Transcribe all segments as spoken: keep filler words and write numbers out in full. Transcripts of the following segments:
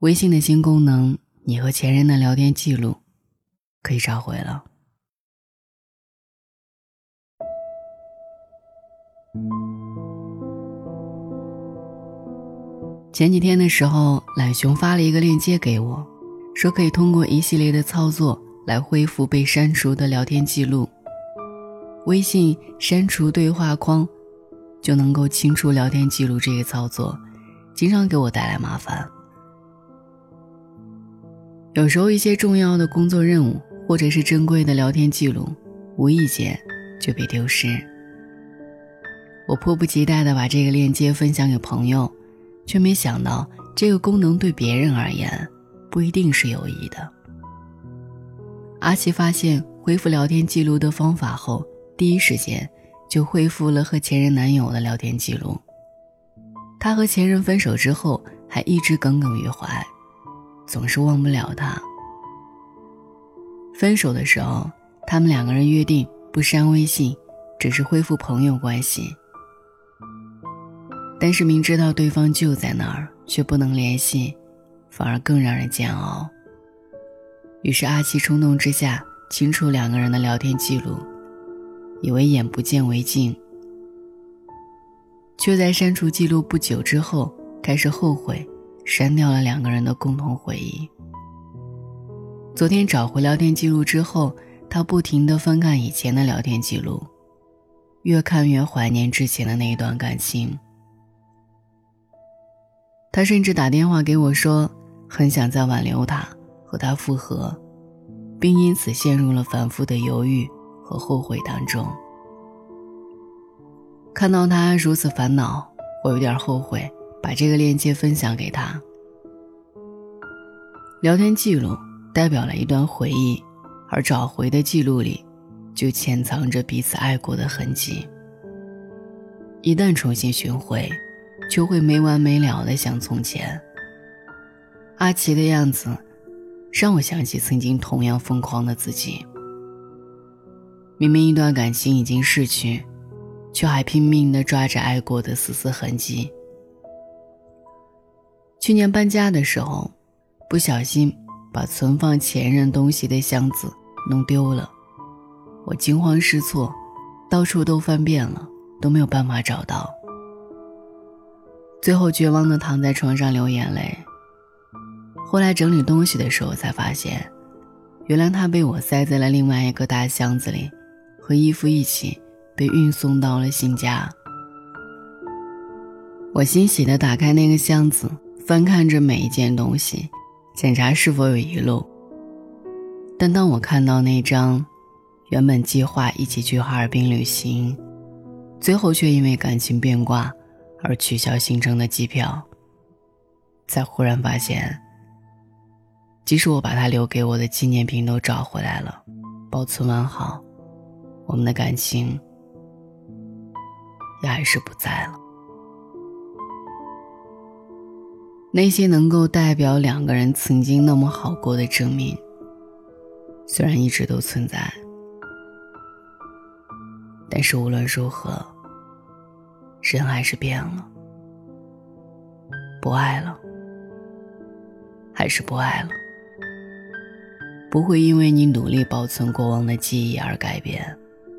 微信的新功能，你和前任的聊天记录可以找回了。前几天的时候，懒熊发了一个链接给我，说可以通过一系列的操作来恢复被删除的聊天记录。微信删除对话框就能够清除聊天记录，这个操作经常给我带来麻烦。有时候一些重要的工作任务或者是珍贵的聊天记录无意间就被丢失。我迫不及待地把这个链接分享给朋友，却没想到这个功能对别人而言不一定是有益的。阿奇发现恢复聊天记录的方法后，第一时间就恢复了和前任男友的聊天记录。他和前任分手之后还一直耿耿于怀，总是忘不了他。分手的时候，他们两个人约定不删微信，只是恢复朋友关系。但是明知道对方就在那儿，却不能联系，反而更让人煎熬。于是阿奇冲动之下清除两个人的聊天记录，以为眼不见为净，却在删除记录不久之后开始后悔，删掉了两个人的共同回忆。昨天找回聊天记录之后，他不停地翻看以前的聊天记录，越看越怀念之前的那一段感情。他甚至打电话给我说，很想再挽留他，和他复合，并因此陷入了反复的犹豫和后悔当中。看到他如此烦恼，我有点后悔，把这个链接分享给他。聊天记录代表了一段回忆，而找回的记录里就潜藏着彼此爱过的痕迹。一旦重新寻回，就会没完没了地想从前。阿奇的样子让我想起曾经同样疯狂的自己。明明一段感情已经逝去，却还拼命地抓着爱过的丝丝痕迹。去年搬家的时候，不小心把存放前任东西的箱子弄丢了，我惊慌失措，到处都翻遍了，都没有办法找到。最后绝望地躺在床上流眼泪。后来整理东西的时候才发现，原来它被我塞在了另外一个大箱子里，和衣服一起被运送到了新家。我欣喜地打开那个箱子，翻看着每一件东西，检查是否有遗漏。但当我看到那张原本计划一起去哈尔滨旅行，最后却因为感情变卦而取消行程的机票，才忽然发现，即使我把他留给我的纪念品都找回来了，保存完好，我们的感情也还是不在了。那些能够代表两个人曾经那么好过的证明，虽然一直都存在，但是无论如何，人还是变了，不爱了，还是不爱了，不会因为你努力保存过往的记忆而改变。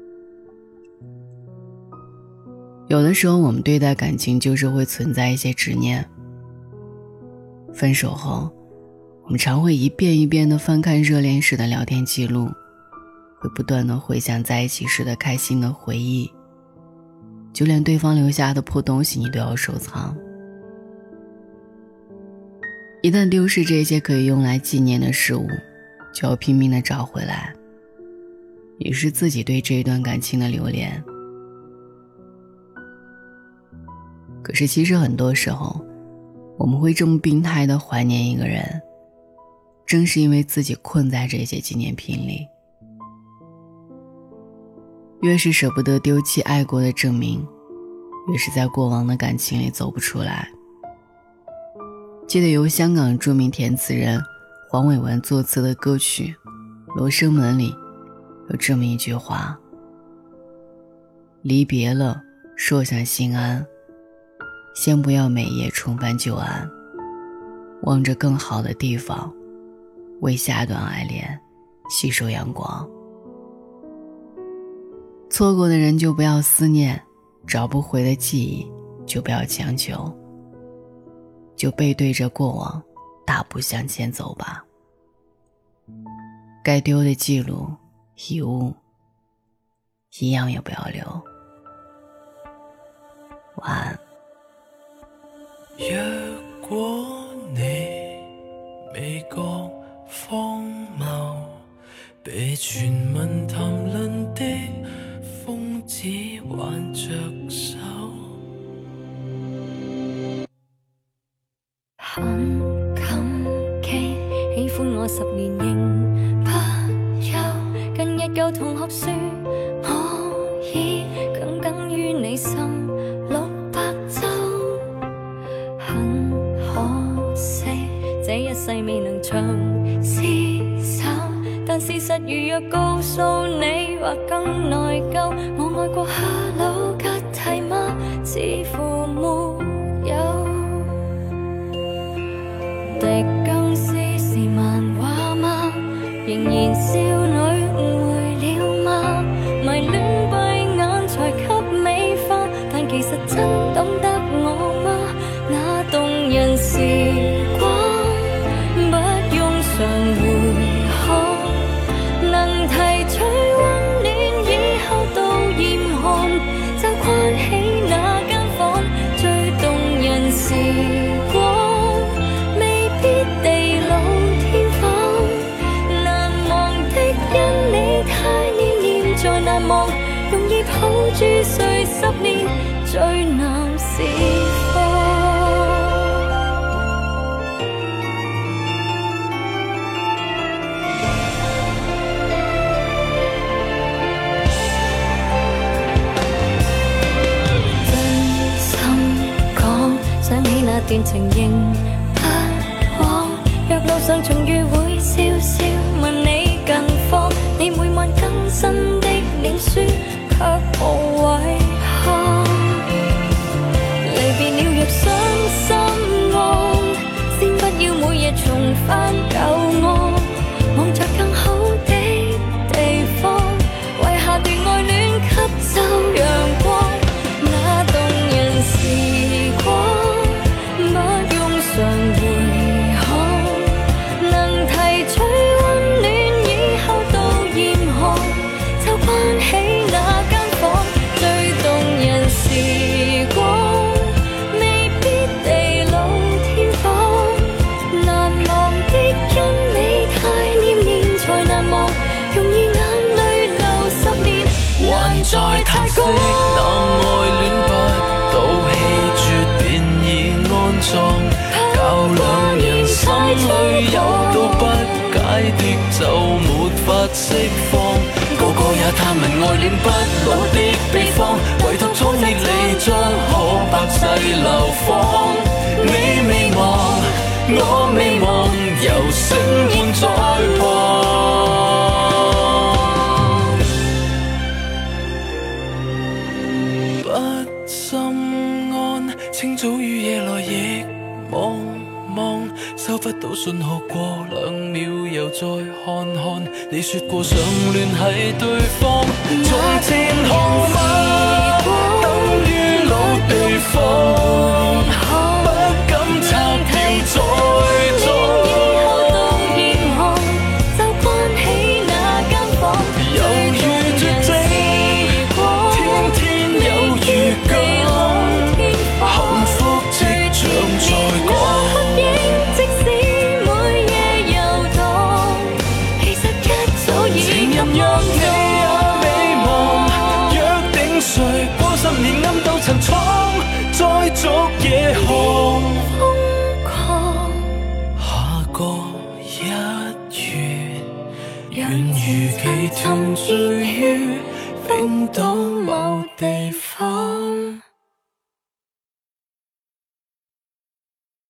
有的时候我们对待感情就是会存在一些执念，分手后我们常会一遍一遍地翻看热恋时的聊天记录，会不断地回想在一起时的开心的回忆，就连对方留下的破东西你都要收藏。一旦丢失这些可以用来纪念的事物，就要拼命地找回来，也是自己对这一段感情的留恋。可是其实很多时候，我们会这么病态地怀念一个人，正是因为自己困在这些纪念品里。越是舍不得丢弃爱过的证明，越是在过往的感情里走不出来。记得由香港著名填词人黄伟文作词的歌曲《罗生门》里有这么一句话：离别了，若想心安，先不要每夜重返旧案。 望着更好的地方，为下段爱恋吸收阳光。错过的人就不要思念，找不回的记忆就不要强求，就背对着过往大步向前走吧。该丢的记录遗物一样也不要留。晚安。 若果你未覺荒謬，被傳聞談論的瘋子挽着手， 很感激喜歡我十年仍不休，近日舊同學說我已耿耿於你心六百週，很可惜這一世未能長廝守，但事實如若告訴你或更內疚，我愛過 Hello Kitty 嗎？似乎沒有。敵更斯是漫畫嗎？仍然少女誤會了嗎？迷戀閉眼才給美化，但其實真懂得我嗎？那動人時光不用常回看，能提取溫暖以後到嚴寒，就關起那間房，最動人時光地老天荒，難忘的因你太念念在難忘，容易抱住睡十年最難釋放。真心講，想起那段情形若路上重遇會笑笑問你近況，你每晚更新的臉書卻無遺憾。離別了若傷心案，先不要每日重返舊愛，望着更好的地方，為下段愛戀吸收陽光。那動人時光不用常回，取溫暖以後到嚴寒，就關起那間房，最動人時光未必地老天荒，難忘的因你太念念才難忘，容易眼淚流十年還在太高。 那愛戀不到氣絕便已安葬，教兩人心裏有道不解的就沒法釋放，個個也探問愛戀不老的秘方，唯獨總熱你將可百世流芳。你未忘，我未忘，由星換再傍，不心安，清早與夜來亦茫茫，收不到信號過兩秒又再看看，你說過想聯繫對方，從前號碼等於老地方，不敢拆掉再裝。曾闖，再續夜航，瘋狂。下個一月，人如期沉醉於冰島某地方。